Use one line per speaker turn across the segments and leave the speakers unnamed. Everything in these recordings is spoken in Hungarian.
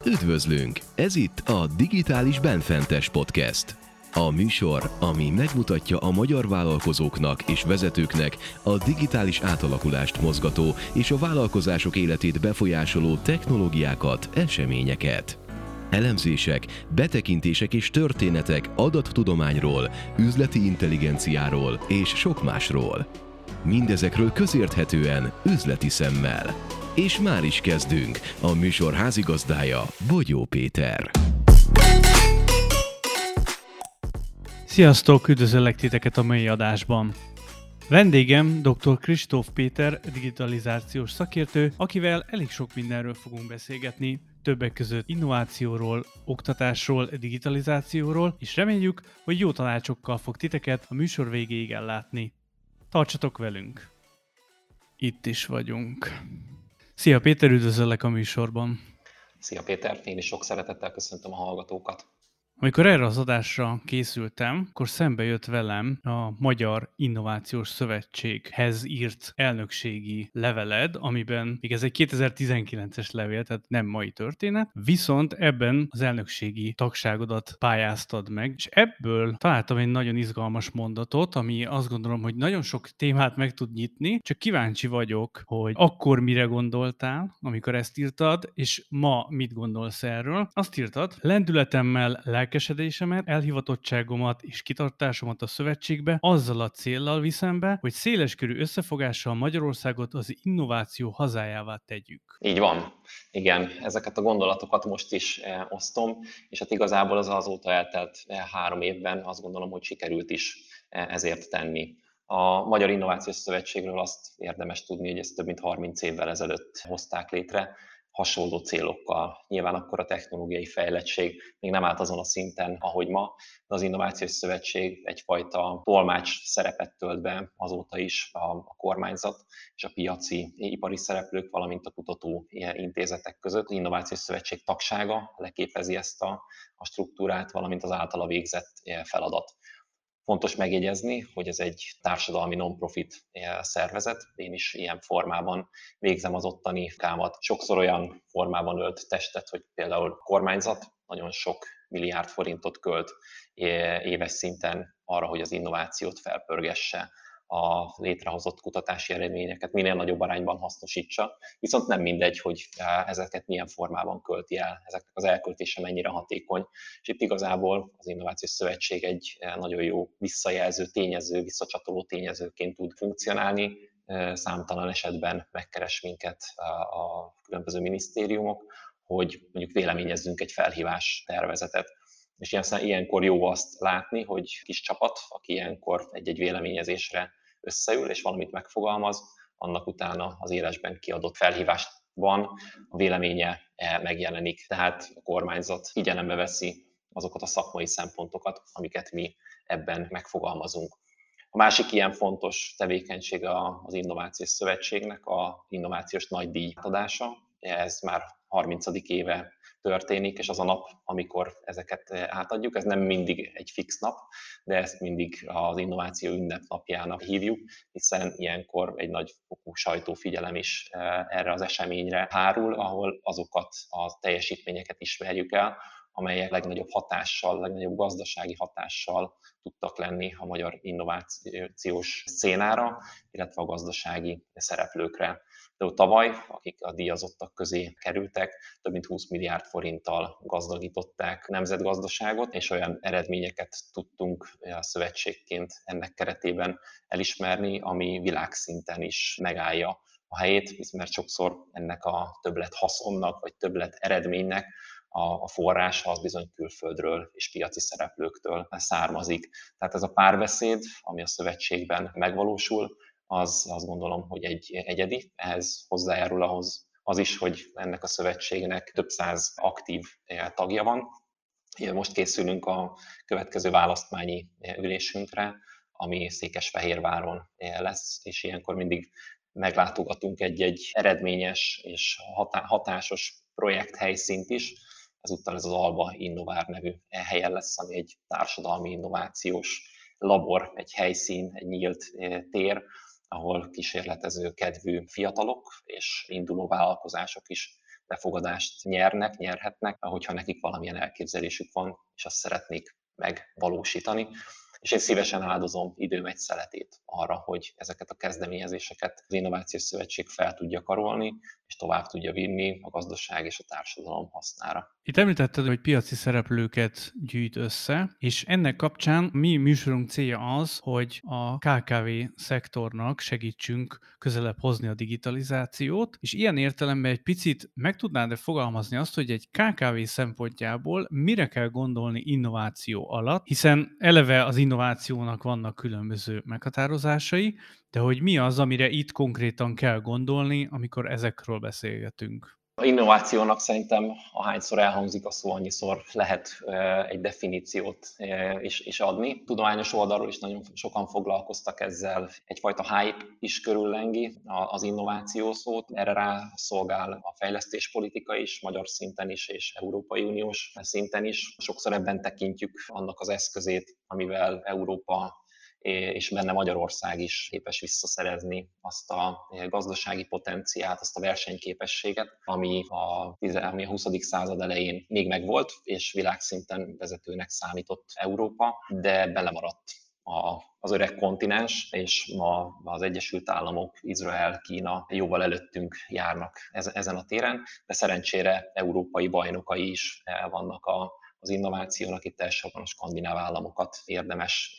Üdvözlünk! Ez itt a Digitális Benfentes Podcast. A műsor, ami megmutatja a magyar vállalkozóknak és vezetőknek a digitális átalakulást mozgató és a vállalkozások életét befolyásoló technológiákat, eseményeket. Elemzések, betekintések és történetek adattudományról, üzleti intelligenciáról és sok másról. Mindezekről közérthetően, üzleti szemmel. És már is kezdünk. A műsor házigazdája Bogyó Péter.
Sziasztok, üdvözöllek titeket a mai adásban. Vendégem dr. Kristóf Péter, digitalizációs szakértő, akivel elég sok mindenről fogunk beszélgetni, többek között innovációról, oktatásról, digitalizációról, és reméljük, hogy jó tanácsokkal fog titeket a műsor végéig ellátni. Tartsatok velünk! Itt is vagyunk. Szia Péter, üdvözöllek a műsorban.
Szia Péter, én is sok szeretettel köszöntöm a hallgatókat.
Amikor erre az adásra készültem, akkor szembe jött velem a Magyar Innovációs Szövetséghez írt elnökségi leveled, amiben még ez egy 2019-es levél, tehát nem mai történet, viszont ebben az elnökségi tagságodat pályáztad meg, és ebből találtam egy nagyon izgalmas mondatot, ami azt gondolom, hogy nagyon sok témát meg tud nyitni, csak kíváncsi vagyok, hogy akkor mire gondoltál, amikor ezt írtad, és ma mit gondolsz erről. Azt írtad, lendületemmel, lelkesedésemet, elhivatottságomat és kitartásomat a szövetségbe azzal a céllal viszem be, hogy széleskörű összefogással Magyarországot az innováció hazájává tegyük.
Így van. Igen, ezeket a gondolatokat most is osztom, és hát igazából az azóta eltelt 3 évben azt gondolom, hogy sikerült is ezért tenni. A Magyar Innovációs Szövetségről azt érdemes tudni, hogy ezt több mint 30 évvel ezelőtt hozták létre, hasonló célokkal. Nyilván akkor a technológiai fejlettség még nem állt azon a szinten, ahogy ma, de az Innovációs Szövetség egyfajta tolmács szerepet tölt be azóta is a kormányzat és a piaci ipari szereplők, valamint a kutató intézetek között. Az Innovációs Szövetség tagsága leképezi ezt a struktúrát, valamint az általa végzett feladat. Fontos megjegyezni, hogy ez egy társadalmi non-profit szervezet, én is ilyen formában végzem az ottani munkámat. Sokszor olyan formában ölt testet, hogy például a kormányzat nagyon sok milliárd forintot költ éves szinten arra, hogy az innovációt felpörgesse, a létrehozott kutatási eredményeket minél nagyobb arányban hasznosítsa, viszont nem mindegy, hogy ezeket milyen formában költi el, ezeknek az elköltése mennyire hatékony, és itt igazából az Innovációs Szövetség egy nagyon jó visszajelző tényező, visszacsatoló tényezőként tud funkcionálni, számtalan esetben megkeres minket a különböző minisztériumok, hogy mondjuk véleményezzünk egy felhívás tervezetet. És ilyenkor jó azt látni, hogy kis csapat, aki ilyenkor egy-egy véleményezésre összeül és valamit megfogalmaz, annak utána az élesben kiadott felhívásban a véleménye megjelenik. Tehát a kormányzat figyelembe veszi azokat a szakmai szempontokat, amiket mi ebben megfogalmazunk. A másik ilyen fontos tevékenység az Innovációs Szövetségnek az innovációs nagydíj adása. Ez már 30. éve történik, és az a nap, amikor ezeket átadjuk, ez nem mindig egy fix nap, de ezt mindig az innováció ünnepnapjának hívjuk, hiszen ilyenkor egy nagy fokú sajtófigyelem is erre az eseményre hárul, ahol azokat a teljesítményeket ismerjük el, amelyek legnagyobb hatással, legnagyobb gazdasági hatással tudtak lenni a magyar innovációs szénára, illetve a gazdasági szereplőkre. De tavaly, akik a díjazottak közé kerültek, több mint 20 milliárd forinttal gazdagították a nemzetgazdaságot, és olyan eredményeket tudtunk a szövetségként ennek keretében elismerni, ami világszinten is megállja a helyét, mert sokszor ennek a többlet haszonnak, vagy többlet eredménynek a forrása az bizony külföldről és piaci szereplőktől származik. Tehát ez a párbeszéd, ami a szövetségben megvalósul, az azt gondolom, hogy egy egyedi, ehhez hozzájárul ahhoz az is, hogy ennek a szövetségnek több száz aktív tagja van. Most készülünk a következő választmányi ülésünkre, ami Székesfehérváron lesz, és ilyenkor mindig meglátogatunk egy eredményes és hatásos projekthelyszínt is. Ezúttal ez az Alba Innovár nevű helyen lesz, ami egy társadalmi innovációs labor, egy helyszín, egy nyílt tér, ahol kísérletező kedvű fiatalok és induló vállalkozások is befogadást nyerhetnek, hogyha nekik valamilyen elképzelésük van, és azt szeretnék megvalósítani. És én szívesen áldozom időm egy szeletét arra, hogy ezeket a kezdeményezéseket az Innovációs Szövetség fel tudja karolni, és tovább tudja vinni a gazdaság és a társadalom hasznára.
Itt említetted, hogy piaci szereplőket gyűjt össze, és ennek kapcsán mi műsorunk célja az, hogy a KKV szektornak segítsünk közelebb hozni a digitalizációt, és ilyen értelemben egy picit meg tudnád-e fogalmazni azt, hogy egy KKV szempontjából mire kell gondolni innováció alatt, hiszen eleve az innovációnak vannak különböző meghatározásai, de hogy mi az, amire itt konkrétan kell gondolni, amikor ezekről beszélgetünk?
A innovációnak szerintem ahányszor elhangzik a szó, annyiszor lehet egy definíciót is adni. Tudományos oldalról is nagyon sokan foglalkoztak ezzel. Egyfajta hype is körüllengi az innováció szót. Erre rá szolgál a fejlesztéspolitika is, magyar szinten is és Európai Uniós szinten is. Sokszor ebben tekintjük annak az eszközét, amivel Európa és benne Magyarország is képes visszaszerezni azt a gazdasági potenciált, azt a versenyképességet, ami a 20. század elején még megvolt, és világszinten vezetőnek számított Európa, de belemaradt az öreg kontinens, és ma az Egyesült Államok, Izrael, Kína jóval előttünk járnak ezen a téren, de szerencsére európai bajnokai is vannak az innovációnak, itt elsősorban a skandináv államokat érdemes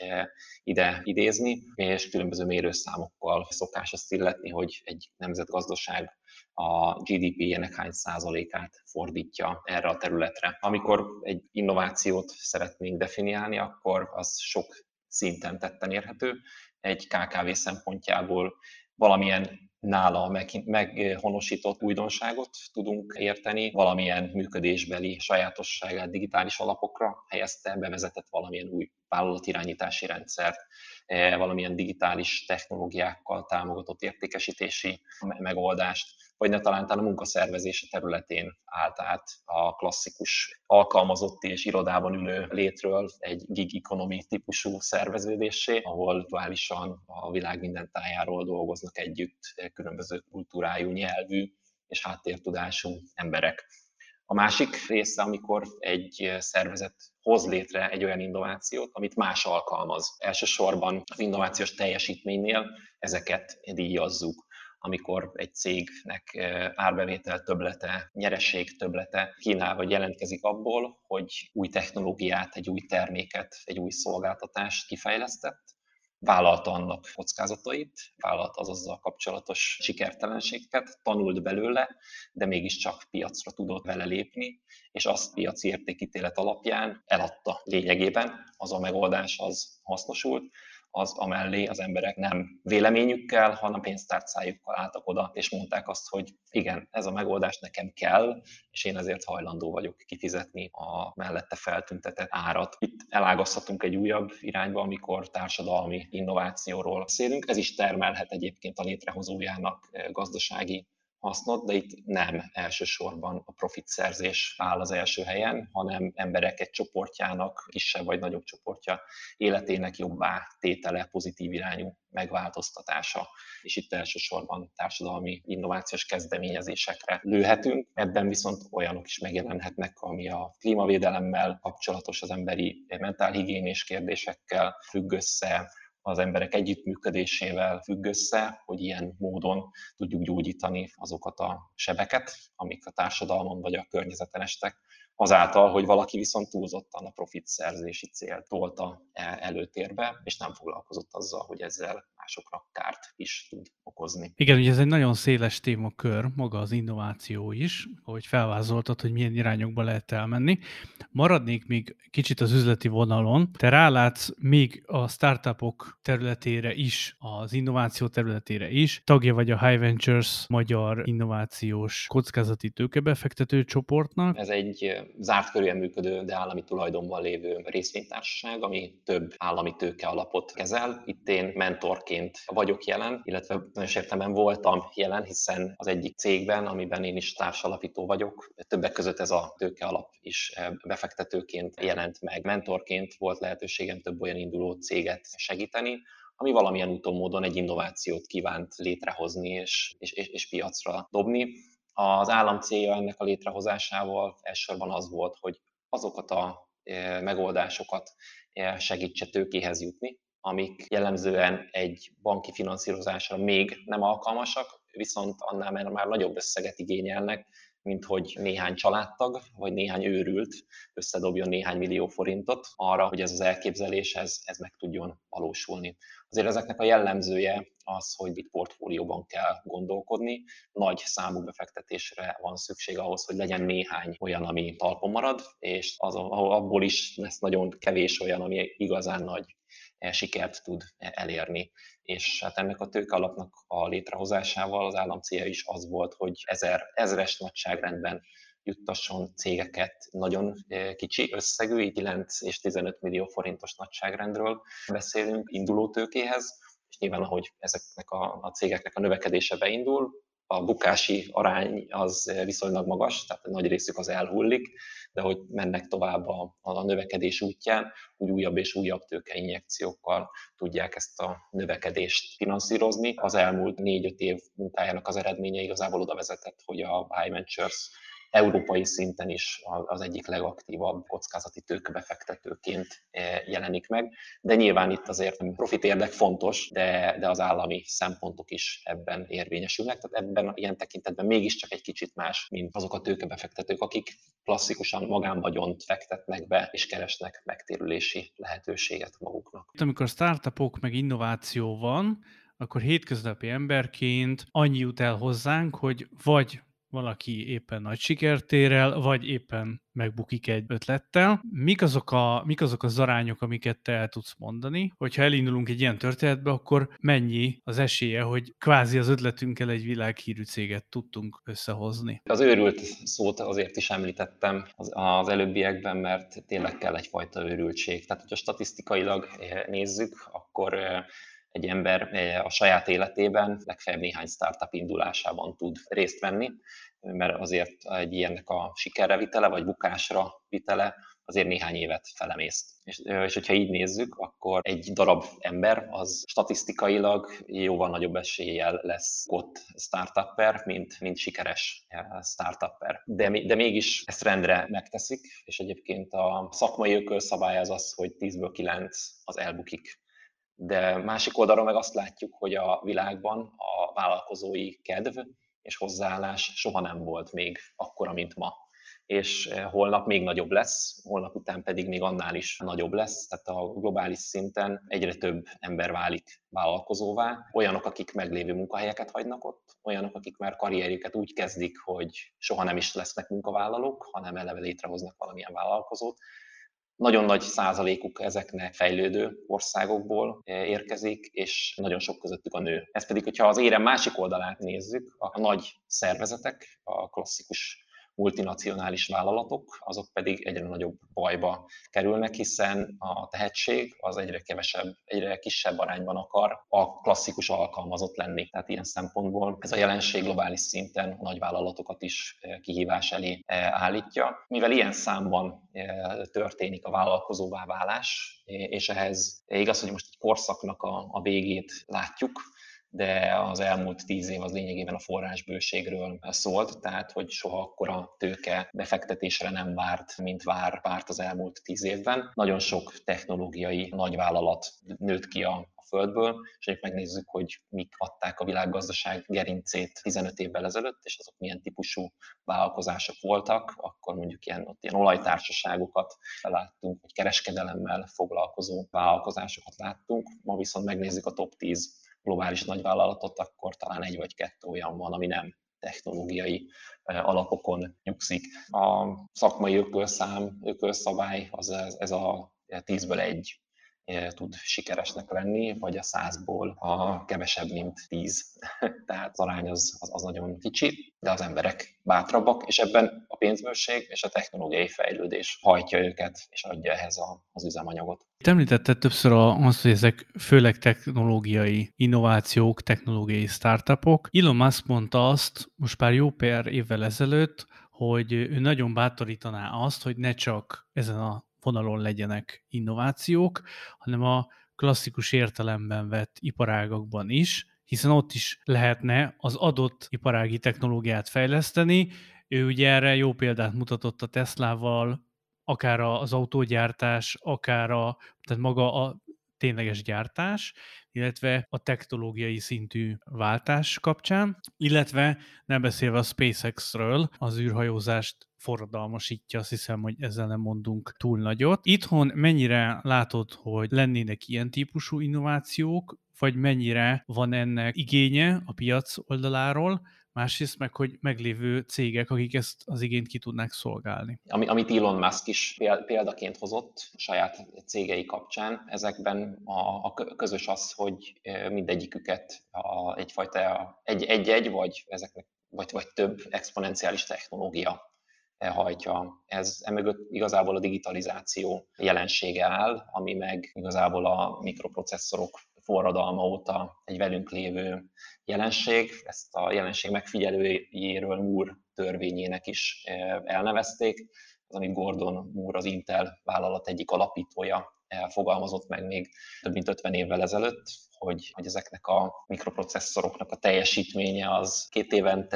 ide idézni, és különböző mérőszámokkal szokás azt illetni, hogy egy nemzetgazdaság a GDP-jének hány százalékát fordítja erre a területre. Amikor egy innovációt szeretnénk definiálni, akkor az sok szinten tetten érhető. Egy KKV szempontjából valamilyen nála meghonosított újdonságot tudunk érteni, valamilyen működésbeli sajátosságát digitális alapokra helyezte, bevezetett valamilyen új vállalatirányítási rendszert, valamilyen digitális technológiákkal támogatott értékesítési megoldást, vagy ne talán a munkaszervezése területén állt át a klasszikus alkalmazotti és irodában ülő létről egy gig economy típusú szerveződéssé, ahol virtuálisan a világ minden tájáról dolgoznak együtt különböző kultúrájú, nyelvű és háttértudású emberek. A másik része, amikor egy szervezet hoz létre egy olyan innovációt, amit más alkalmaz. Elsősorban az innovációs teljesítménynél ezeket díjazzuk, amikor egy cégnek árbevétel többlete, nyereség többlete kínál vagy jelentkezik abból, hogy új technológiát, egy új terméket, egy új szolgáltatást kifejlesztett, vállalta annak kockázatait, vállalta az azzal kapcsolatos sikertelenségeket, tanult belőle, de mégiscsak piacra tudott vele lépni, és azt piaci értékítélet alapján eladta lényegében, az a megoldás az hasznosult, az amellé az emberek nem véleményükkel, hanem pénztárcájukkal álltak oda, és mondták azt, hogy igen, ez a megoldás nekem kell, és én ezért hajlandó vagyok kifizetni a mellette feltüntetett árat. Itt elágazhatunk egy újabb irányba, amikor társadalmi innovációról beszélünk. Ez is termelhet egyébként a létrehozójának gazdasági hasznot, de itt nem elsősorban a profitszerzés áll az első helyen, hanem emberek egy csoportjának, kisebb vagy nagyobb csoportja életének jobbá tétele, pozitív irányú megváltoztatása. És itt elsősorban társadalmi innovációs kezdeményezésekre lőhetünk. Ebben viszont olyanok is megjelenhetnek, ami a klímavédelemmel kapcsolatos, az emberi mentálhigiénés kérdésekkel függ össze, az emberek együttműködésével függ össze, hogy ilyen módon tudjuk gyógyítani azokat a sebeket, amik a társadalmon vagy a környezeten estek, azáltal, hogy valaki viszont túlzottan a profitszerzési célt tolta előtérbe, és nem foglalkozott azzal, hogy ezzel másoknak kárt is tud okozni.
Igen, ugye ez egy nagyon széles témakör, maga az innováció is, ahogy felvázoltad, hogy milyen irányokba lehet elmenni. Maradnék még kicsit az üzleti vonalon. Te rálátsz még a startupok területére is, az innováció területére is. Tagja vagy a High Ventures magyar innovációs kockázati tőkebefektető csoportnak.
Ez egy zárt körűen működő, de állami tulajdonban lévő részvénytársaság, ami több állami tőke alapot kezel. Itt én mentorként vagyok jelen, illetve nagyon értelemben voltam jelen, hiszen az egyik cégben, amiben én is társalapító vagyok, többek között ez a tőke alap is befektetőként jelent meg. Mentorként volt lehetőségem több olyan induló céget segíteni, ami valamilyen úton módon egy innovációt kívánt létrehozni és piacra dobni, Az állam célja ennek a létrehozásával elsősorban az volt, hogy azokat a megoldásokat segítse tőkéhez jutni, amik jellemzően egy banki finanszírozásra még nem alkalmasak, viszont annál már nagyobb összeget igényelnek, mint hogy néhány családtag vagy néhány őrült összedobjon néhány millió forintot arra, hogy ez az elképzelés ez meg tudjon valósulni. Azért ezeknek a jellemzője az, hogy itt portfólióban kell gondolkodni, nagy számú befektetésre van szükség ahhoz, hogy legyen néhány olyan, ami talpon marad, és abból is lesz nagyon kevés olyan, ami igazán nagy sikert tud elérni. És hát ennek a tőkealapnak a létrehozásával az állam célja is az volt, hogy ezres nagyságrendben juttasson cégeket nagyon kicsi összegű, 9 és 15 millió forintos nagyságrendről beszélünk induló tőkéhez, és nyilván ahogy ezeknek a cégeknek a növekedése beindul, a bukási arány az viszonylag magas, tehát nagy részük az elhullik, de hogy mennek tovább a növekedés útján, úgy újabb és újabb tőkeinjekciókkal tudják ezt a növekedést finanszírozni. Az elmúlt 4-5 év munkájának az eredménye igazából oda vezetett, hogy a Buy Ventures európai szinten is az egyik legaktívabb kockázati tőkebefektetőként jelenik meg, de nyilván itt azért profit érdek fontos, de az állami szempontok is ebben érvényesülnek, tehát ebben ilyen tekintetben mégiscsak egy kicsit más, mint azok a tőkebefektetők, akik klasszikusan magánvagyont fektetnek be és keresnek megtérülési lehetőséget maguknak.
Amikor startupok meg innováció van, akkor hétköznapi emberként annyi jut el hozzánk, hogy vagy valaki éppen nagy sikert ér el, vagy éppen megbukik egy ötlettel. Mik azok az arányok, amiket te el tudsz mondani? Hogyha elindulunk egy ilyen történetbe, akkor mennyi az esélye, hogy kvázi az ötletünkkel egy világhírű céget tudtunk összehozni?
Az őrült szót azért is említettem az előbbiekben, mert tényleg kell egyfajta őrültség. Tehát, hogyha statisztikailag nézzük, akkor egy ember a saját életében legfeljebb néhány startup indulásában tud részt venni, mert azért egy ilyennek a sikerre vitele, vagy bukásra vitele azért néhány évet felemészt. És hogyha így nézzük, akkor egy darab ember az statisztikailag jóval nagyobb eséllyel lesz ott startupper, mint sikeres startupper. De mégis ezt rendre megteszik, és egyébként a szakmai ökölszabály az, hogy 10-ből 9 az elbukik. De másik oldalról meg azt látjuk, hogy a világban a vállalkozói kedv és hozzáállás soha nem volt még akkora, mint ma. És holnap még nagyobb lesz, holnap után pedig még annál is nagyobb lesz, tehát a globális szinten egyre több ember válik vállalkozóvá, olyanok, akik meglévő munkahelyeket hagynak ott, olyanok, akik már karrierjüket úgy kezdik, hogy soha nem is lesznek munkavállalók, hanem eleve létrehoznak valamilyen vállalkozót. Nagyon nagy százalékuk ezeknek fejlődő országokból érkezik, és nagyon sok közöttük a nő. Ez pedig, hogyha az érem másik oldalát nézzük, a nagy szervezetek, a klasszikus multinacionális vállalatok, azok pedig egyre nagyobb bajba kerülnek, hiszen a tehetség az egyre kisebb arányban akar a klasszikus alkalmazott lenni. Tehát ilyen szempontból ez a jelenség globális szinten a nagyvállalatokat is kihívás elé állítja. Mivel ilyen számban történik a vállalkozóvá válás, és ehhez igaz, hogy most egy korszaknak a végét látjuk, de az elmúlt 10 év az lényegében a forrásbőségről szólt, tehát hogy soha akkora tőke befektetésre nem várt, mint várt az elmúlt 10 évben. Nagyon sok technológiai nagyvállalat nőtt ki a földből, és ha megnézzük, hogy mik adták a világgazdaság gerincét 15 évvel ezelőtt, és azok milyen típusú vállalkozások voltak, akkor mondjuk ilyen olajtársaságokat láttunk, vagy kereskedelemmel foglalkozó vállalkozásokat láttunk. Ma viszont megnézzük a top 10 globális nagyvállalatot, akkor talán 1 vagy 2 olyan van, ami nem technológiai alapokon nyugszik. A szakmai ökölszabály, ez a 10-ből 1 tud sikeresnek lenni, vagy a 100-ból a kevesebb, mint 10. Tehát az arány az nagyon kicsi, de az emberek bátrabbak, és ebben a pénzbőség és a technológiai fejlődés hajtja őket, és adja ehhez az üzemanyagot.
Te említetted többször azt, hogy ezek főleg technológiai innovációk, technológiai startupok. Elon Musk mondta azt most pár jó pár évvel ezelőtt, hogy ő nagyon bátorítaná azt, hogy ne csak ezen a vonalon legyenek innovációk, hanem a klasszikus értelemben vett iparágakban is, hiszen ott is lehetne az adott iparági technológiát fejleszteni. Ő ugye erre jó példát mutatott a Teslával, akár az autógyártás, tehát maga a tényleges gyártás, illetve a technológiai szintű váltás kapcsán, illetve nem beszélve a SpaceX-ről, az űrhajózást forradalmasítja, azt hiszem, hogy ezzel nem mondunk túl nagyot. Itthon mennyire látod, hogy lennének ilyen típusú innovációk, vagy mennyire van ennek igénye a piac oldaláról, másrészt meg, hogy meglévő cégek, akik ezt az igényt ki tudnák szolgálni.
Amit Elon Musk is példaként hozott a saját cégei kapcsán, ezekben a közös az, hogy mindegyiküket egy-egy, vagy ezeknek vagy több exponenciális technológia hajtja. Emögött igazából a digitalizáció jelensége áll, ami meg igazából a mikroprocesszorok forradalma óta egy velünk lévő jelenség. Ezt a jelenség megfigyelőjéről Moore törvényének is elnevezték, az, amit Gordon Moore, az Intel vállalat egyik alapítója fogalmazott meg még több mint 50 évvel ezelőtt, hogy ezeknek a mikroprocesszoroknak a teljesítménye az 2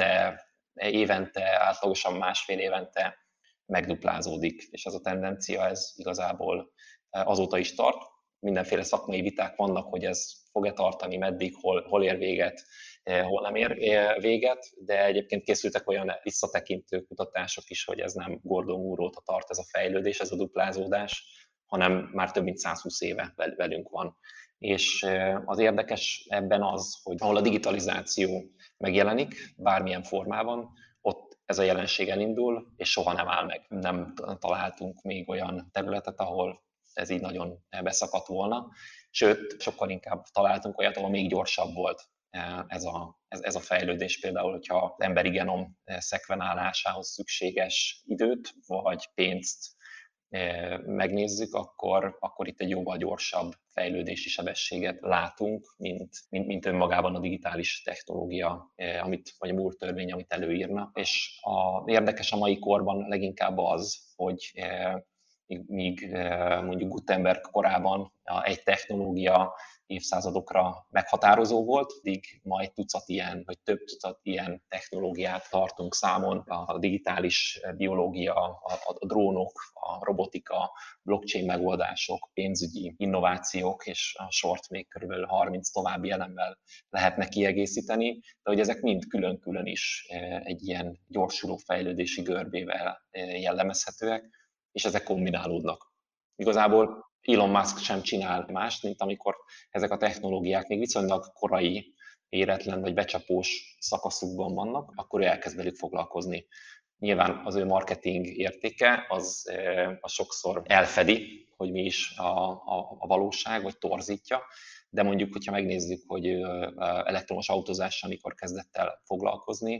évente, átlagosan másfél évente megduplázódik, és ez a tendencia ez igazából azóta is tart. Mindenféle szakmai viták vannak, hogy ez fog-e tartani, meddig, hol ér véget, hol nem ér véget, de egyébként készültek olyan visszatekintő kutatások is, hogy ez nem Gordon Moore óta tart ez a fejlődés, ez a duplázódás, hanem már több mint 120 éve velünk van. És az érdekes ebben az, hogy ahol a digitalizáció megjelenik, bármilyen formában, ott ez a jelenség elindul, és soha nem áll meg. Nem találtunk még olyan területet, ahol ez így nagyon beszakadt volna, sőt, sokkal inkább találtunk olyat, ahol még gyorsabb volt ez a fejlődés, például, hogyha az emberi genom szekvenálásához szükséges időt vagy pénzt megnézzük, akkor itt egy jóval gyorsabb fejlődési sebességet látunk, mint önmagában a digitális technológia, vagy a Moore törvény, amit előírna. És érdekes a mai korban leginkább az, hogy míg mondjuk Gutenberg korában egy technológia évszázadokra meghatározó volt, addig ma egy tucat ilyen, vagy több tucat ilyen technológiát tartunk számon. A digitális biológia, a drónok, a robotika, blockchain megoldások, pénzügyi innovációk, és a sort még körülbelül 30 további elemmel lehetne kiegészíteni, de hogy ezek mind külön-külön is egy ilyen gyorsuló fejlődési görbével jellemezhetőek, és ezek kombinálódnak. Igazából Elon Musk sem csinál mást, mint amikor ezek a technológiák még viszonylag korai, éretlen vagy becsapós szakaszukban vannak, akkor ő elkezd velük foglalkozni. Nyilván az ő marketing értéke az sokszor elfedi, hogy mi is a valóság, vagy torzítja, de mondjuk, hogyha megnézzük, hogy elektromos autózással mikor kezdett el foglalkozni,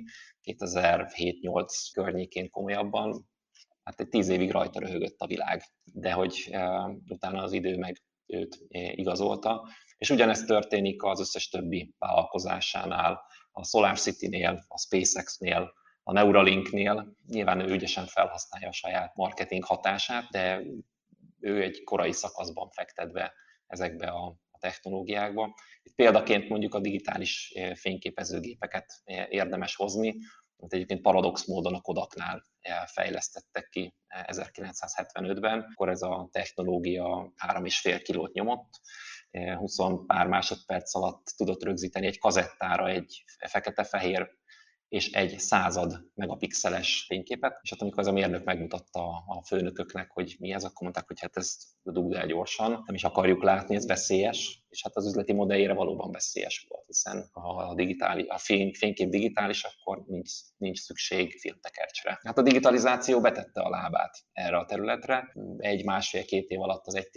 2007-8 környékén komolyabban, hát egy 10 évig rajta röhögött a világ, de hogy utána az idő meg őt igazolta. És ugyanezt történik az összes többi vállalkozásánál, a SolarCity-nél, a SpaceX-nél, a Neuralinknél. Nyilván ő ügyesen felhasználja a saját marketing hatását, de ő egy korai szakaszban fektet be ezekbe a technológiákba. Itt példaként mondjuk a digitális fényképezőgépeket érdemes hozni, amit egyébként paradox módon a Kodaknál fejlesztettek ki 1975-ben, akkor ez a technológia 3,5 kilót nyomott, 20 pár másodperc alatt tudott rögzíteni egy kazettára egy fekete-fehér és egy 100 megapixeles fényképet, és hát amikor ez a mérnök megmutatta a főnököknek, hogy mi ez, akkor mondták, hogy hát ezt dugd el gyorsan, nem is akarjuk látni, ez veszélyes, és hát az üzleti modelljére valóban veszélyes volt, hiszen ha a fénykép digitális, akkor nincs szükség filmtekercsre. Hát a digitalizáció betette a lábát erre a területre, 1,5-2 év alatt az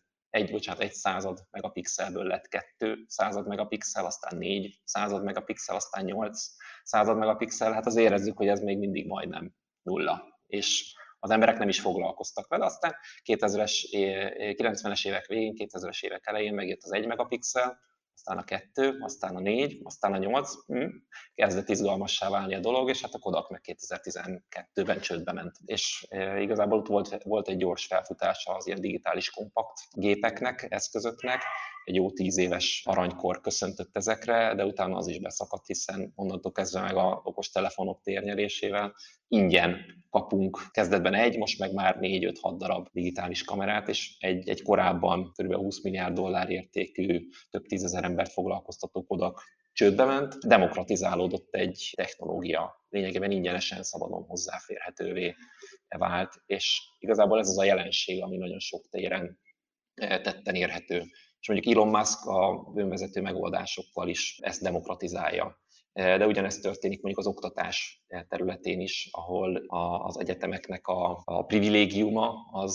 egy század megapixelből lett 200 megapixel, aztán 400 megapixel, aztán 800 megapixel, hát az érezzük, hogy ez még mindig majdnem nulla. És az emberek nem is foglalkoztak vele, aztán 90-es évek végén, 2000-es évek elején megjött az 1 megapixel, aztán a 2, aztán a 4, aztán a 8, kezdett izgalmassá válni a dolog, és hát a Kodak meg 2012-ben csődbe ment. És igazából volt egy gyors felfutása az ilyen digitális kompakt gépeknek, eszközöknek, egy jó 10 éves aranykor köszöntött ezekre, de utána az is beszakadt, hiszen onnantól kezdve meg a okostelefonok térnyerésével ingyen kapunk kezdetben most meg már 4-5-6 darab digitális kamerát, és egy korábban kb. 20 milliárd dollár értékű, több tízezer embert foglalkoztató Kodak csődbe ment, demokratizálódott egy technológia, lényegében ingyenesen, szabadon hozzáférhetővé vált, és igazából ez az a jelenség, ami nagyon sok téren tetten érhető. És mondjuk Elon Musk a önvezető megoldásokkal is ezt demokratizálja. De ugyanezt történik mondjuk az oktatás területén is, ahol az egyetemeknek a privilégiuma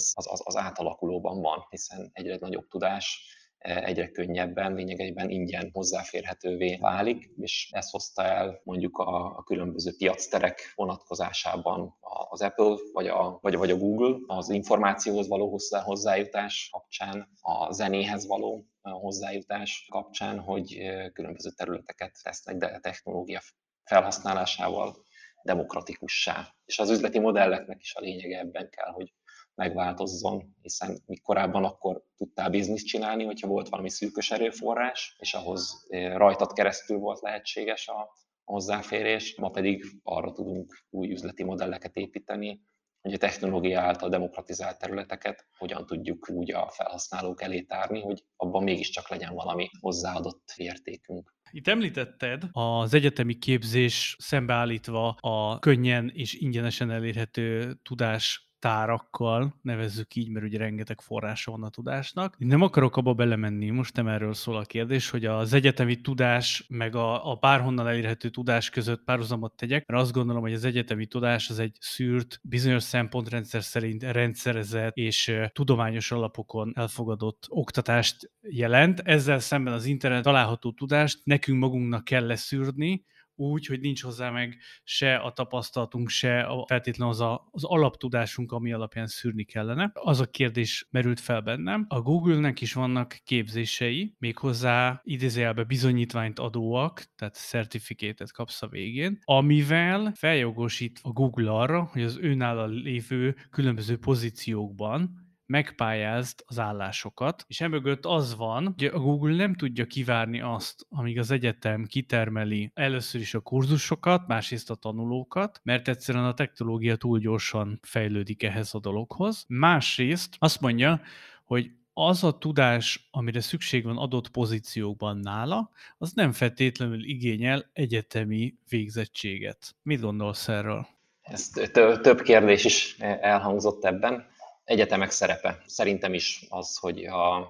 az átalakulóban van, hiszen egyre nagyobb tudás egyre könnyebben, lényegében ingyen hozzáférhetővé válik, és ezt hozta el mondjuk a különböző piacterek vonatkozásában az Apple vagy a Google, az információhoz való hozzájutás kapcsán, a zenéhez való hozzájutás kapcsán, hogy különböző területeket tesznek, de a technológia felhasználásával demokratikussá. És az üzleti modelleknek is a lényege ebben kell, hogy megváltozzon, hiszen míg korábban akkor tudtál bizniszt csinálni, hogyha volt valami szűkös erőforrás, és ahhoz rajtad keresztül volt lehetséges a hozzáférés, ma pedig arra tudunk új üzleti modelleket építeni, hogy a technológia által demokratizált területeket hogyan tudjuk úgy a felhasználók elé tárni, hogy abban mégiscsak legyen valami hozzáadott értékünk.
Itt említetted az egyetemi képzés szembeállítva a könnyen és ingyenesen elérhető tudástárakkal, nevezzük így, mert ugye rengeteg forrása van a tudásnak. Én nem akarok abba belemenni, most nem erről szól a kérdés, hogy az egyetemi tudás meg a bárhonnan elérhető tudás között párhuzamot tegyek, mert azt gondolom, hogy az egyetemi tudás az egy szűrt, bizonyos szempontrendszer szerint rendszerezett és tudományos alapokon elfogadott oktatást jelent. Ezzel szemben az internet található tudást nekünk magunknak kell leszűrni, úgy, hogy nincs hozzá meg se a tapasztalatunk, se feltétlenül az alaptudásunk, ami alapján szűrni kellene. Az a kérdés merült fel bennem. A Google-nek is vannak képzései, méghozzá idézőjelben bizonyítványt adóak, tehát certificate-et kapsz a végén, amivel feljogosít a Google arra, hogy az őnála lévő különböző pozíciókban megpályázd az állásokat, és emögött az van, hogy a Google nem tudja kivárni azt, amíg az egyetem kitermeli először is a kurzusokat, másrészt a tanulókat, mert egyszerűen a technológia túl gyorsan fejlődik ehhez a dologhoz. Másrészt azt mondja, hogy az a tudás, amire szükség van adott pozíciókban nála, az nem feltétlenül igényel egyetemi végzettséget. Mit gondolsz erről?
Ez több kérdés is elhangzott ebben. Egyetemek szerepe szerintem is az, hogy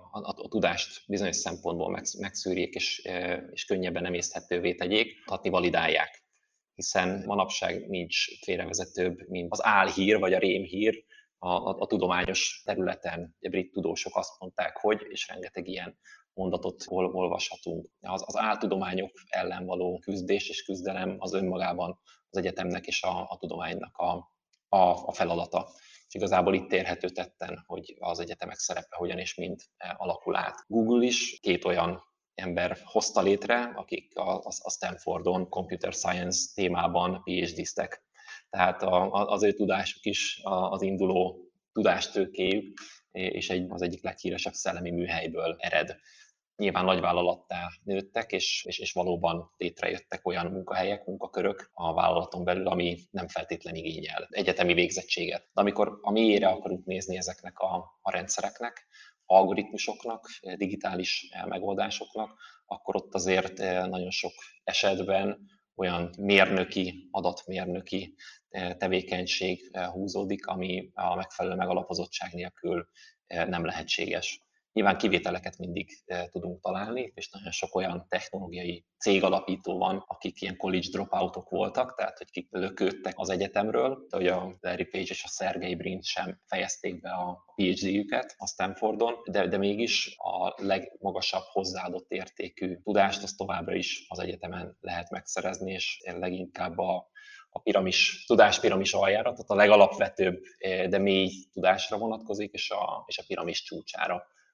a tudást bizonyos szempontból megszűrjék és könnyebben emészthetővé tegyék, hatni validálják. Hiszen manapság nincs félrevezetőbb, mint az álhír vagy a rémhír a tudományos területen. A brit tudósok azt mondták, hogy, és rengeteg ilyen mondatot olvashatunk. Az áltudományok ellen való küzdés és küzdelem az önmagában az egyetemnek és a tudománynak a feladata. És igazából itt érhető tetten, hogy az egyetemek szerepe hogyan és mind alakul át. Google is 2 olyan ember hozta létre, akik a Stanfordon Computer Science témában PhD-ztek. Tehát az ő tudásuk is az induló tudástőkéjük, és az egyik leghíresebb szellemi műhelyből ered. Nyilván nagyvállalattá nőttek, és valóban létrejöttek olyan munkahelyek, munkakörök a vállalaton belül, ami nem feltétlen igényel egyetemi végzettséget. De amikor a mélyére akarunk nézni ezeknek a rendszereknek, algoritmusoknak, digitális megoldásoknak, akkor ott azért nagyon sok esetben olyan mérnöki, adatmérnöki tevékenység húzódik, ami a megfelelő megalapozottság nélkül nem lehetséges. Nyilván kivételeket mindig tudunk találni, és nagyon sok olyan technológiai cégalapító van, akik ilyen college dropoutok voltak, tehát hogy kik lökődtek az egyetemről, de hogy a Larry Page és a Sergey Brin sem fejezték be a PhD-jüket a Stanfordon, de mégis a legmagasabb hozzáadott értékű tudást azt továbbra is az egyetemen lehet megszerezni, és leginkább a tudáspiramis aljára, tehát a legalapvetőbb, de mély tudásra vonatkozik, és a piramis csúcsára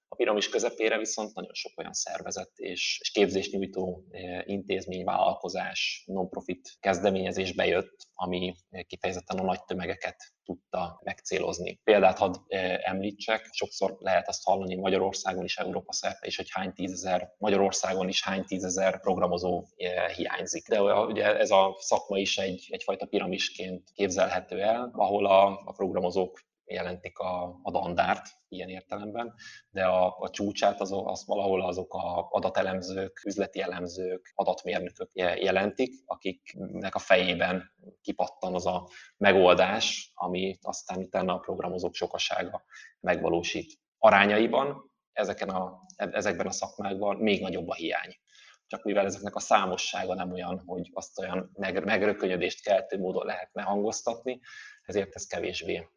A piramis közepére viszont nagyon sok olyan szervezet és képzésnyújtó intézmény, vállalkozás, non-profit kezdeményezés bejött, ami kifejezetten a nagy tömegeket tudta megcélozni. Példát hadd említsek, sokszor lehet azt hallani Magyarországon is, Európa szerte is, hogy Magyarországon is hány tízezer programozó hiányzik. De ugye ez a szakma is egyfajta piramisként képzelhető el, ahol a programozók jelentik a dandárt ilyen értelemben, de a csúcsát az valahol azok az adatelemzők, üzleti elemzők, adatmérnökök jelentik, akiknek a fejében kipattan az a megoldás, amit aztán utána a programozók sokasága megvalósít. Arányaiban ezekben a szakmákban még nagyobb a hiány. Csak mivel ezeknek a számossága nem olyan, hogy azt olyan megrökönyödést keltő módon lehetne hangoztatni, ezért ez kevésbé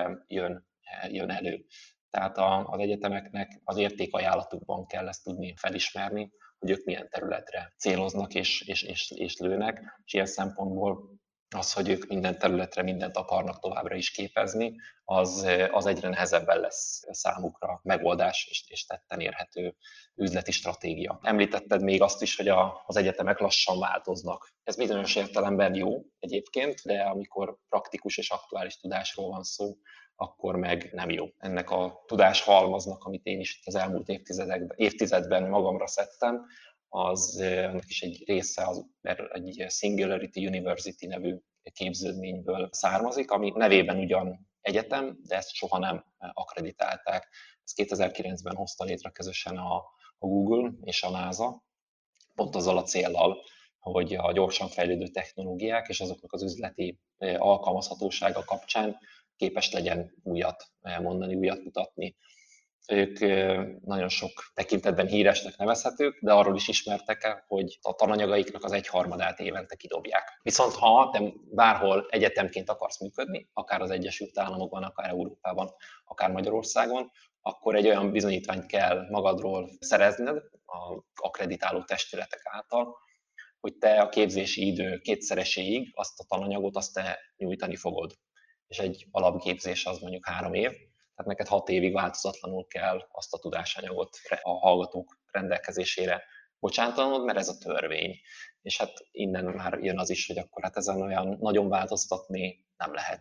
jön elő. Tehát az egyetemeknek az értékajánlatukban kell ezt tudni felismerni, hogy ők milyen területre céloznak és lőnek, és ilyen szempontból az, hogy ők minden területre mindent akarnak továbbra is képezni, az egyre nehezebben lesz számukra megoldás és tetten érhető üzleti stratégia. Említetted még azt is, hogy az egyetemek lassan változnak. Ez bizonyos értelemben jó egyébként, de amikor praktikus és aktuális tudásról van szó, akkor meg nem jó. Ennek a tudáshalmaznak, amit én is az elmúlt évtizedben magamra szedtem, annak is egy része egy Singularity University nevű képződményből származik, ami nevében ugyan egyetem, de ezt soha nem akkreditálták. Ezt 2009-ben hozta létre közösen a Google és a NASA, pont azzal a céllal, hogy a gyorsan fejlődő technológiák és azoknak az üzleti alkalmazhatósága kapcsán képes legyen újat mondani, újat mutatni. Ők nagyon sok tekintetben híresnek nevezhetők, de arról is ismertek el, hogy a tananyagaiknak az 1/3 évente kidobják. Viszont ha te bárhol egyetemként akarsz működni, akár az Egyesült Államokban, akár Európában, akár Magyarországon, akkor egy olyan bizonyítványt kell magadról szerezned az akkreditáló testületek által, hogy te a képzési idő 2-szereséig azt a tananyagot azt te nyújtani fogod. És egy alapképzés az mondjuk 3 év, tehát neked 6 évig változatlanul kell azt a tudásanyagot a hallgatók rendelkezésére bocsátanod, mert ez a törvény. És hát innen már jön az is, hogy akkor hát ezen olyan nagyon változtatni nem lehet.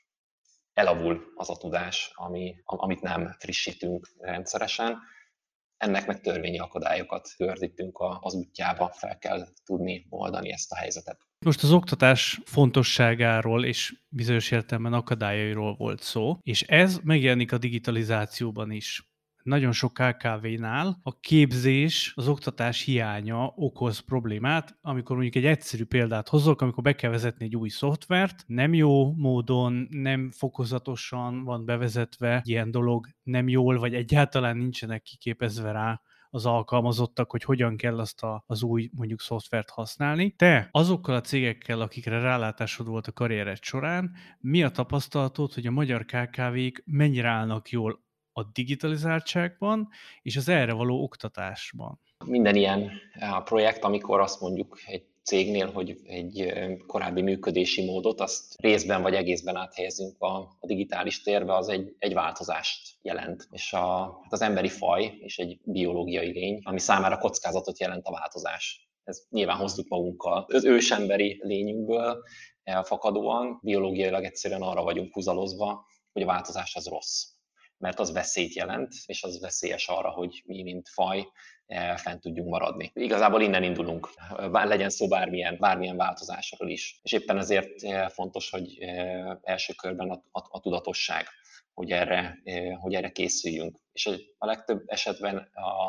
Elavul az a tudás, amit nem frissítünk rendszeresen. Ennek meg törvényi akadályokat gördítünk az útjába, fel kell tudni oldani ezt a helyzetet.
Most az oktatás fontosságáról és bizonyos értelemben akadályairól volt szó, és ez megjelenik a digitalizációban is. Nagyon sok KKV-nál a képzés, az oktatás hiánya okoz problémát, amikor mondjuk egy egyszerű példát hozok, amikor be kell vezetni egy új szoftvert, nem jó módon, nem fokozatosan van bevezetve ilyen dolog, nem jól, vagy egyáltalán nincsenek kiképezve rá az alkalmazottak, hogy hogyan kell azt az új mondjuk szoftvert használni. Te azokkal a cégekkel, akikre rálátásod volt a karriered során, mi a tapasztalatod, hogy a magyar KKV-k mennyire állnak jól a digitalizáltságban és az erre való oktatásban?
Minden ilyen projekt, amikor azt mondjuk egy cégnél, hogy egy korábbi működési módot, azt részben vagy egészben áthelyezünk a digitális térbe, az egy változást jelent. És az emberi faj és egy biológiai lény, ami számára kockázatot jelent a változás. Ez nyilván hozzuk magunkkal. Az ősemberi lényünkből fakadóan biológiailag egyszerűen arra vagyunk húzalozva, hogy a változás az rossz. Mert az veszélyt jelent, és az veszélyes arra, hogy mi, mint faj, fent tudjunk maradni. Igazából innen indulunk, legyen szó bármilyen változásról is. És éppen ezért fontos, hogy első körben a tudatosság, hogy erre készüljünk. És a legtöbb esetben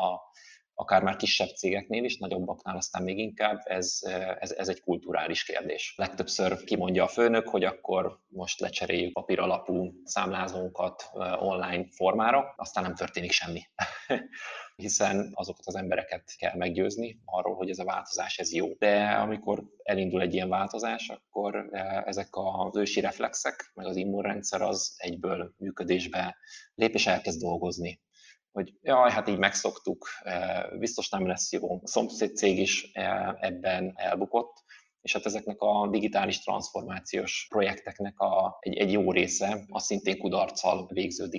akár már kisebb cégeknél is, nagyobbaknál aztán még inkább, ez egy kulturális kérdés. Legtöbbször kimondja a főnök, hogy akkor most lecseréljük papír alapú számlázónkat online formára, aztán nem történik semmi. Hiszen azokat az embereket kell meggyőzni arról, hogy ez a változás ez jó. De amikor elindul egy ilyen változás, akkor ezek az ősi reflexek, meg az immunrendszer az egyből működésbe lép és elkezd dolgozni. Hogy jaj, hát így megszoktuk, biztos nem lesz jó. A szomszéd cég is ebben elbukott, és hát ezeknek a digitális transformációs projekteknek egy jó része az szintén kudarccal végződik.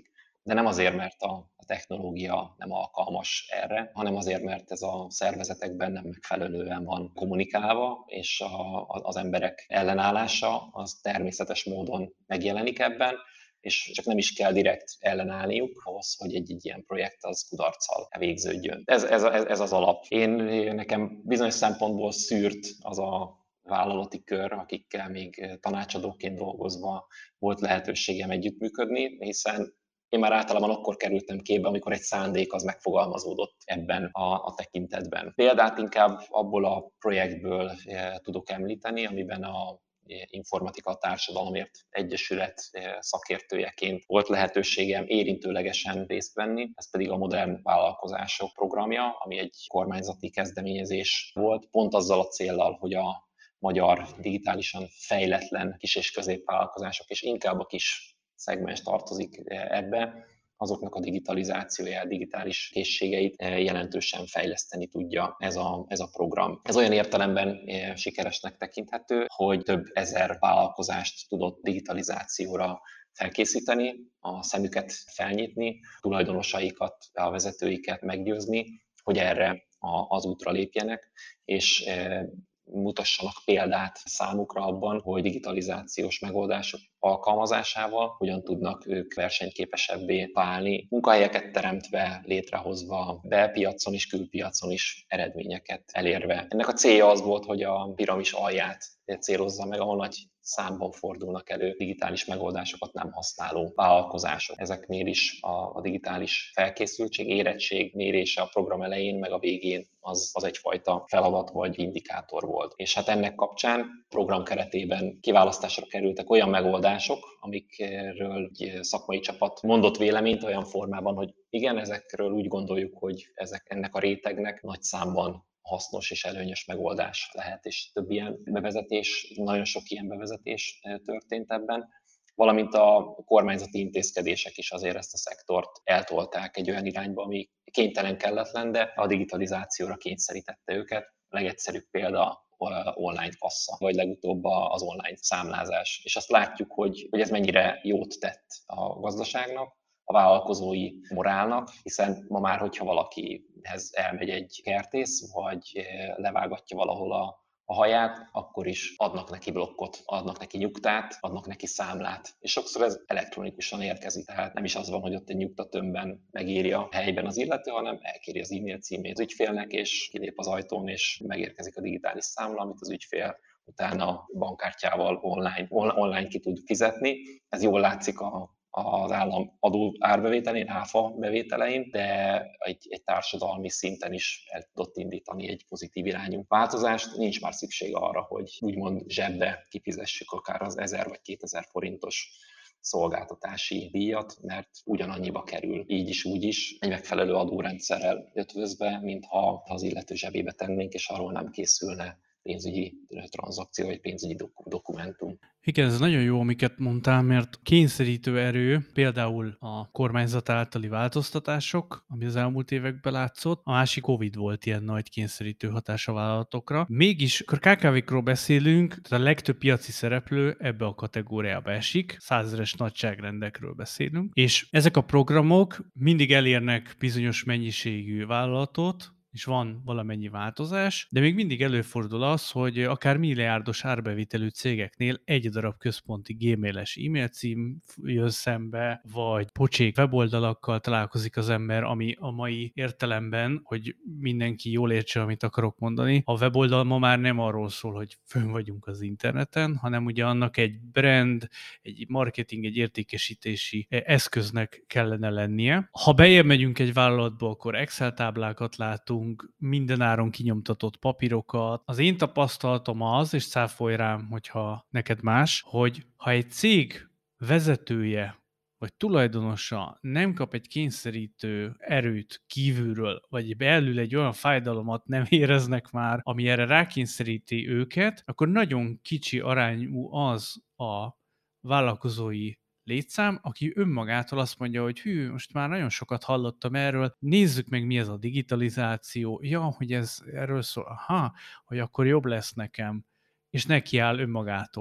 de nem azért, mert a technológia nem alkalmas erre, hanem azért, mert ez a szervezetekben nem megfelelően van kommunikálva, és az emberek ellenállása az természetes módon megjelenik ebben, és csak nem is kell direkt ellenállniuk ahhoz, hogy egy ilyen projekt az kudarccal végződjön. Ez az alap. Nekem bizonyos szempontból szűrt az a vállalati kör, akikkel még tanácsadóként dolgozva volt lehetőségem együttműködni, hiszen én már általában akkor kerültem képbe, amikor egy szándék az megfogalmazódott ebben a tekintetben. Példát inkább abból a projektből tudok említeni, amiben a Informatika Társadalomért Egyesület szakértőjeként volt lehetőségem érintőlegesen részt venni, ez pedig a Modern Vállalkozások programja, ami egy kormányzati kezdeményezés volt, pont azzal a céllal, hogy a magyar digitálisan fejletlen kis- és középvállalkozások, és inkább a kis szegmens tartozik ebbe, azoknak a digitalizációját, digitális készségeit jelentősen fejleszteni tudja ez a program. Ez olyan értelemben sikeresnek tekinthető, hogy több ezer vállalkozást tudott digitalizációra felkészíteni, a szemüket felnyitni, tulajdonosaikat, a vezetőiket meggyőzni, hogy erre az útra lépjenek, és mutassanak példát számukra abban, hogy digitalizációs megoldások alkalmazásával hogyan tudnak ők versenyképesebbé válni, munkahelyeket teremtve, létrehozva, belpiacon és külpiacon is eredményeket elérve. Ennek a célja az volt, hogy a piramis alját célozza meg, ahol nagy számban fordulnak elő digitális megoldásokat nem használó vállalkozások. Ezeknél is a digitális felkészültség, érettség mérése a program elején, meg a végén az egyfajta feladat vagy indikátor volt. És hát ennek kapcsán program keretében kiválasztásra kerültek olyan megoldások, amikről egy szakmai csapat mondott véleményt olyan formában, hogy igen, ezekről úgy gondoljuk, hogy ennek a rétegnek nagy számban hasznos és előnyös megoldás lehet, és több ilyen bevezetés, nagyon sok ilyen bevezetés történt ebben, valamint a kormányzati intézkedések is azért ezt a szektort eltolták egy olyan irányba, ami kénytelen, kelletlen, de a digitalizációra kényszerítette őket. A legegyszerűbb példa online kassa, vagy legutóbb az online számlázás. És azt látjuk, hogy ez mennyire jót tett a gazdaságnak, a vállalkozói morálnak, hiszen ma már, hogyha valakihez elmegy egy kertész, vagy levágatja valahol a haját, akkor is adnak neki blokkot, adnak neki nyugtát, adnak neki számlát. És sokszor ez elektronikusan érkezik, tehát nem is az van, hogy ott egy nyugtatömbben megírja helyben az illető, hanem elkéri az e-mail címét az ügyfélnek, és kilép az ajtón, és megérkezik a digitális számla, amit az ügyfél utána bankkártyával online ki tud fizetni. Ez jól látszik az állam adó árbevételén, áfa bevételein, de egy társadalmi szinten is el tudott indítani egy pozitív irányú változást. Nincs már szükség arra, hogy úgymond zsebbe kifizessük akár az 1000 vagy 2000 forintos szolgáltatási díjat, mert ugyanannyiba kerül így is, úgy is, egy megfelelő adórendszerrel ötvözve, mintha az illető zsebébe tennénk, és arról nem készülne pénzügyi tranzakció vagy pénzügyi dokumentum.
Igen, ez nagyon jó, amiket mondtál, mert kényszerítő erő, például a kormányzat általi változtatások, ami az elmúlt években látszott, a másik Covid volt ilyen nagy kényszerítő hatás a vállalatokra. Mégis, akkor KKV-król beszélünk, tehát a legtöbb piaci szereplő ebbe a kategóriába esik, 100 000-es nagyságrendekről beszélünk, és ezek a programok mindig elérnek bizonyos mennyiségű vállalatot, és van valamennyi változás, de még mindig előfordul az, hogy akár milliárdos árbevételű cégeknél egy darab központi gmailes e-mail cím jön szembe, vagy pocsék weboldalakkal találkozik az ember, ami a mai értelemben, hogy mindenki jól értse, amit akarok mondani. A weboldal ma már nem arról szól, hogy fönn vagyunk az interneten, hanem ugye annak egy brand, egy marketing, egy értékesítési eszköznek kellene lennie. Ha bejebb megyünk egy vállalatba, akkor Excel táblákat látunk, mindenáron kinyomtatott papírokat. Az én tapasztalatom az, és cáfolj rám, hogyha neked más, hogy ha egy cég vezetője vagy tulajdonosa nem kap egy kényszerítő erőt kívülről, vagy belül egy olyan fájdalomat nem éreznek már, ami erre rákényszeríti őket, akkor nagyon kicsi arányú az a vállalkozói létszám, aki önmagától azt mondja, hogy hű, most már nagyon sokat hallottam erről, nézzük meg, mi ez a digitalizáció, ja, hogy ez erről szól, aha, hogy akkor jobb lesz nekem, és nekiáll önmagától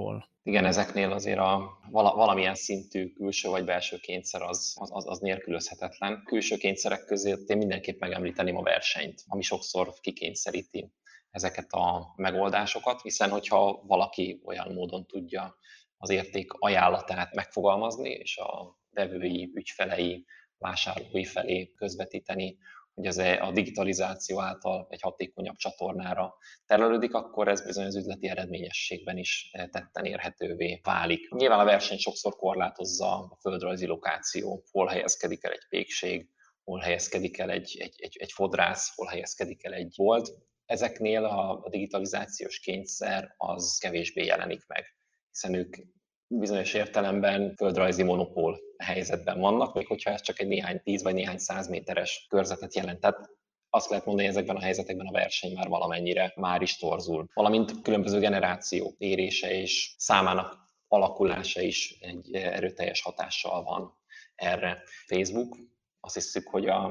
Igen, ezeknél azért valamilyen szintű külső vagy belső kényszer az nélkülözhetetlen. Külső kényszerek közé én mindenképp megemlíteném a versenyt, ami sokszor kikényszeríti ezeket a megoldásokat, hiszen hogyha valaki olyan módon tudja az érték ajánlatát megfogalmazni, és a vevői, ügyfelei, vásárlói felé közvetíteni, hogy a digitalizáció által egy hatékonyabb csatornára terelődik, akkor ez bizony az üzleti eredményességben is tetten érhetővé válik. Nyilván a verseny sokszor korlátozza a földrajzi lokáció, hol helyezkedik el egy pékség, hol helyezkedik el egy fodrász, hol helyezkedik el egy bolt. Ezeknél a digitalizációs kényszer az kevésbé jelenik meg, hiszen ők bizonyos értelemben földrajzi monopól helyzetben vannak, még hogyha ez csak egy néhány 10 vagy néhány 100 méteres körzetet jelent. Tehát azt lehet mondani, hogy ezekben a helyzetekben a verseny már valamennyire már is torzul. Valamint különböző generáció érése és számának alakulása is egy erőteljes hatással van erre. Facebook, azt hiszük,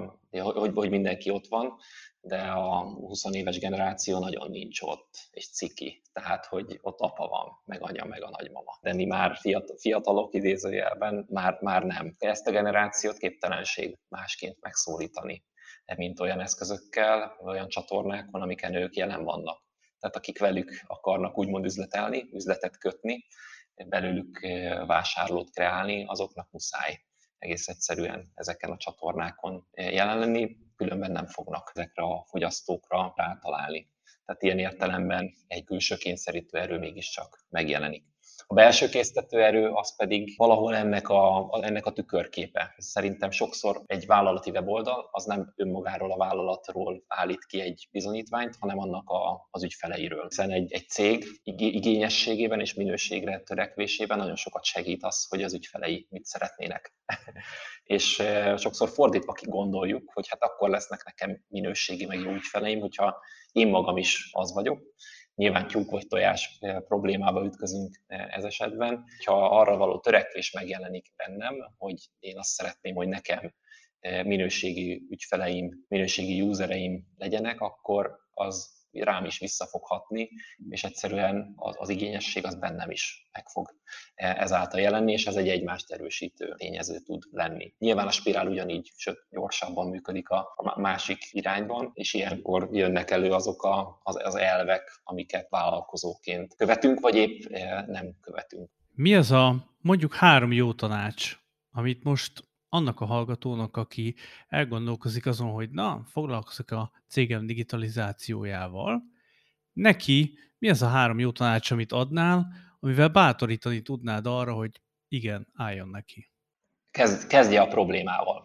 hogy mindenki ott van, de a 20 éves generáció nagyon nincs ott, és ciki. Tehát, hogy ott apa van, meg anya, meg a nagymama. De mi már fiatalok idézőjelben már nem. Ezt a generációt képtelenség másként megszólítani, mint olyan eszközökkel, olyan csatornákon, amiken ők jelen vannak. Tehát akik velük akarnak úgymond üzletelni, üzletet kötni, belőlük vásárlót kreálni, azoknak muszáj egész egyszerűen ezeken a csatornákon jelen lenni, különben nem fognak ezekre a fogyasztókra rátalálni. Tehát ilyen értelemben egy külső kényszerítő erő mégiscsak megjelenik. A belső késztető erő az pedig valahol ennek a tükörképe. Szerintem sokszor egy vállalati weboldal az nem önmagáról a vállalatról állít ki egy bizonyítványt, hanem annak az ügyfeleiről. Hiszen egy cég igényességében és minőségre törekvésében nagyon sokat segít az, hogy az ügyfelei mit szeretnének. És sokszor fordítva gondoljuk, hogy hát akkor lesznek nekem minőségi meg jó ügyfeleim, hogyha én magam is az vagyok. Nyilván tyúk vagy tojás problémába ütközünk ez esetben. Ha arra való törekvés megjelenik bennem, hogy én azt szeretném, hogy nekem minőségi ügyfeleim, minőségi usereim legyenek, akkor az rám is vissza fog hatni, és egyszerűen az igényesség az bennem is meg fog ezáltal jelenni, és ez egy egymást erősítő tényező tud lenni. Nyilván a spirál ugyanígy, sőt gyorsabban működik a másik irányban, és ilyenkor jönnek elő azok az elvek, amiket vállalkozóként követünk, vagy épp nem követünk.
Mi az a mondjuk 3 jó tanács, amit most annak a hallgatónak, aki elgondolkozik azon, hogy na, foglalkozok a cégem digitalizációjával, neki mi az a 3 jó tanács, amit adnál, amivel bátorítani tudnád arra, hogy igen, álljon neki?
Kezdje a problémával.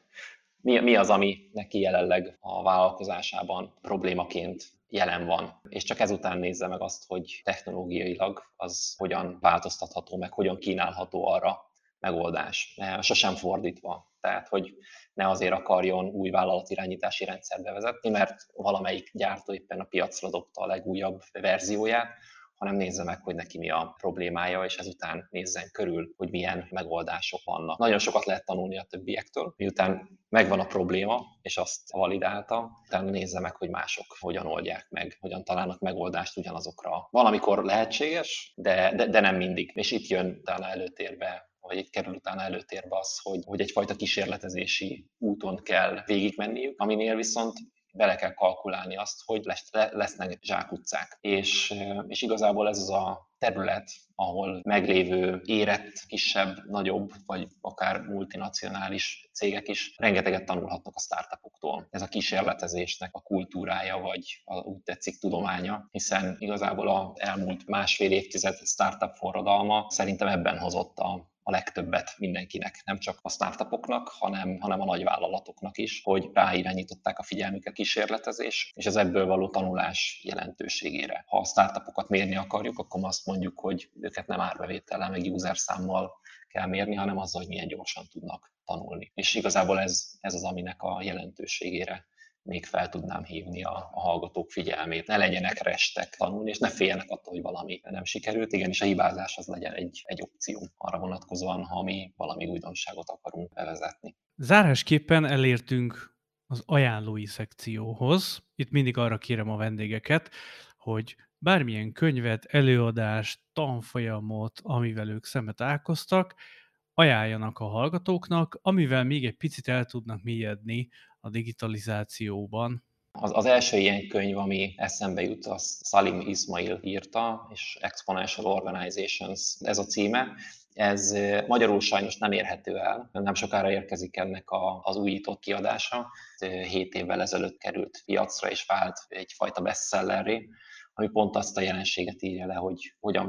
Mi az, ami neki jelenleg a vállalkozásában problémaként jelen van, és csak ezután nézze meg azt, hogy technológiailag az hogyan változtatható, meg hogyan kínálható arra megoldás. Sosem fordítva. Tehát, hogy ne azért akarjon új vállalatirányítási rendszert bevezetni, mert valamelyik gyártó éppen a piacra dobta a legújabb verzióját, hanem nézze meg, hogy neki mi a problémája, és ezután nézzen körül, hogy milyen megoldások vannak. Nagyon sokat lehet tanulni a többiektől, miután megvan a probléma, és azt validálta, utána nézze meg, hogy mások hogyan oldják meg, hogyan találnak megoldást ugyanazokra. Valamikor lehetséges, de nem mindig. És itt jön utána előtérbe, vagy itt kerül utána előtérbe az, hogy egyfajta kísérletezési úton kell végigmenniük, aminél viszont bele kell kalkulálni azt, hogy lesznek zsákutcák. És igazából ez az a terület, ahol meglévő érett, kisebb, nagyobb, vagy akár multinacionális cégek is rengeteget tanulhatnak a startupoktól. Ez a kísérletezésnek a kultúrája, vagy úgy tetszik tudománya, hiszen igazából az elmúlt másfél évtized startup forradalma szerintem ebben hozott a legtöbbet mindenkinek, nem csak a startupoknak, hanem a nagyvállalatoknak is, hogy ráirányították a figyelmüket kísérletezés, és az ebből való tanulás jelentőségére. Ha a startupokat mérni akarjuk, akkor azt mondjuk, hogy őket nem árbevétellel, meg user számmal kell mérni, hanem azzal, hogy milyen gyorsan tudnak tanulni. És igazából ez az, aminek a jelentőségére még fel tudnám hívni a hallgatók figyelmét. Ne legyenek restek tanulni, és ne féljenek attól, hogy valami nem sikerült. Igenis a hibázás az legyen egy opció arra vonatkozóan, ha mi valami újdonságot akarunk bevezetni.
Zárásképpen elértünk az ajánlói szekcióhoz. Itt mindig arra kérem a vendégeket, hogy bármilyen könyvet, előadást, tanfolyamot, amivel ők szembe találkoztak, ajánljanak a hallgatóknak, amivel még egy picit el tudnak mélyedni a digitalizációban.
Az első ilyen könyv, ami eszembe jut, az Salim Ismail írta, és Exponential Organizations, ez a címe. Ez magyarul sajnos nem érhető el, nem sokára érkezik ennek az újított kiadása. 7 évvel ezelőtt került piacra, és vált egyfajta bestsellerré, ami pont azt a jelenséget írja le, hogy hogyan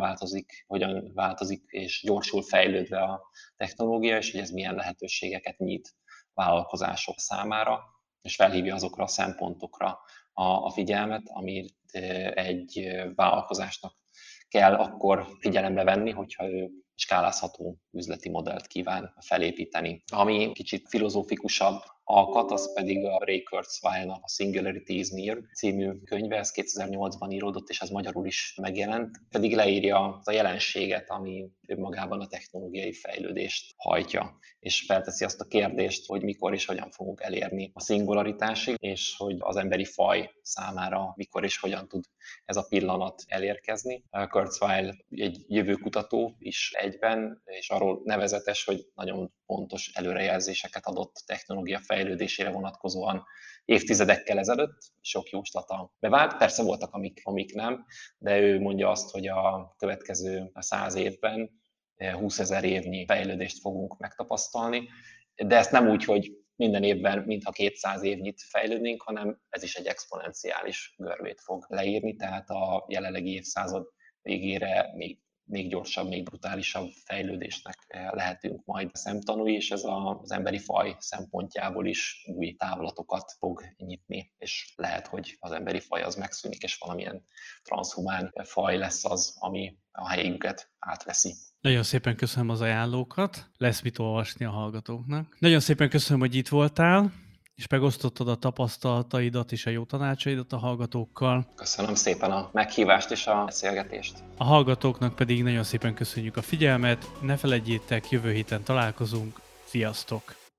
változik és gyorsul fejlődve a technológia, és hogy ez milyen lehetőségeket nyit vállalkozások számára, és felhívja azokra a szempontokra a figyelmet, amit egy vállalkozásnak kell akkor figyelembe venni, hogyha ő skálázható üzleti modellt kíván felépíteni. Ami kicsit filozófikusabb alkat, az pedig a Ray Kurzweilnak a Singularity is Near című könyve, ez 2008-ban íródott, és ez magyarul is megjelent, pedig leírja a jelenséget, ami önmagában a technológiai fejlődést hajtja, és felteszi azt a kérdést, hogy mikor és hogyan fogunk elérni a szingularitásig, és hogy az emberi faj számára mikor és hogyan tud ez a pillanat elérkezni. Kurzweil egy jövőkutató is egyben, és arról nevezetes, hogy nagyon pontos előrejelzéseket adott technológia fejlődésére vonatkozóan évtizedekkel ezelőtt, sok jóslata bevált. Persze voltak, amik nem, de ő mondja azt, hogy a következő 100 évben 20 000 évnyi fejlődést fogunk megtapasztalni, de ezt nem úgy, hogy minden évben mintha 200 évnyit fejlődnénk, hanem ez is egy exponenciális görbét fog leírni, tehát a jelenlegi évszázad végére még gyorsabb, még brutálisabb fejlődésnek lehetünk majd szemtanúi, és ez az emberi faj szempontjából is új távlatokat fog nyitni, és lehet, hogy az emberi faj az megszűnik, és valamilyen transzhumán faj lesz az, ami a helyünket átveszi.
Nagyon szépen köszönöm az ajánlókat, lesz mit olvasni a hallgatóknak. Nagyon szépen köszönöm, hogy itt voltál, és megosztottad a tapasztalataidat és a jó tanácsaidat a hallgatókkal.
Köszönöm szépen a meghívást és a beszélgetést.
A hallgatóknak pedig nagyon szépen köszönjük a figyelmet, ne feledjétek, jövő héten találkozunk, sziasztok!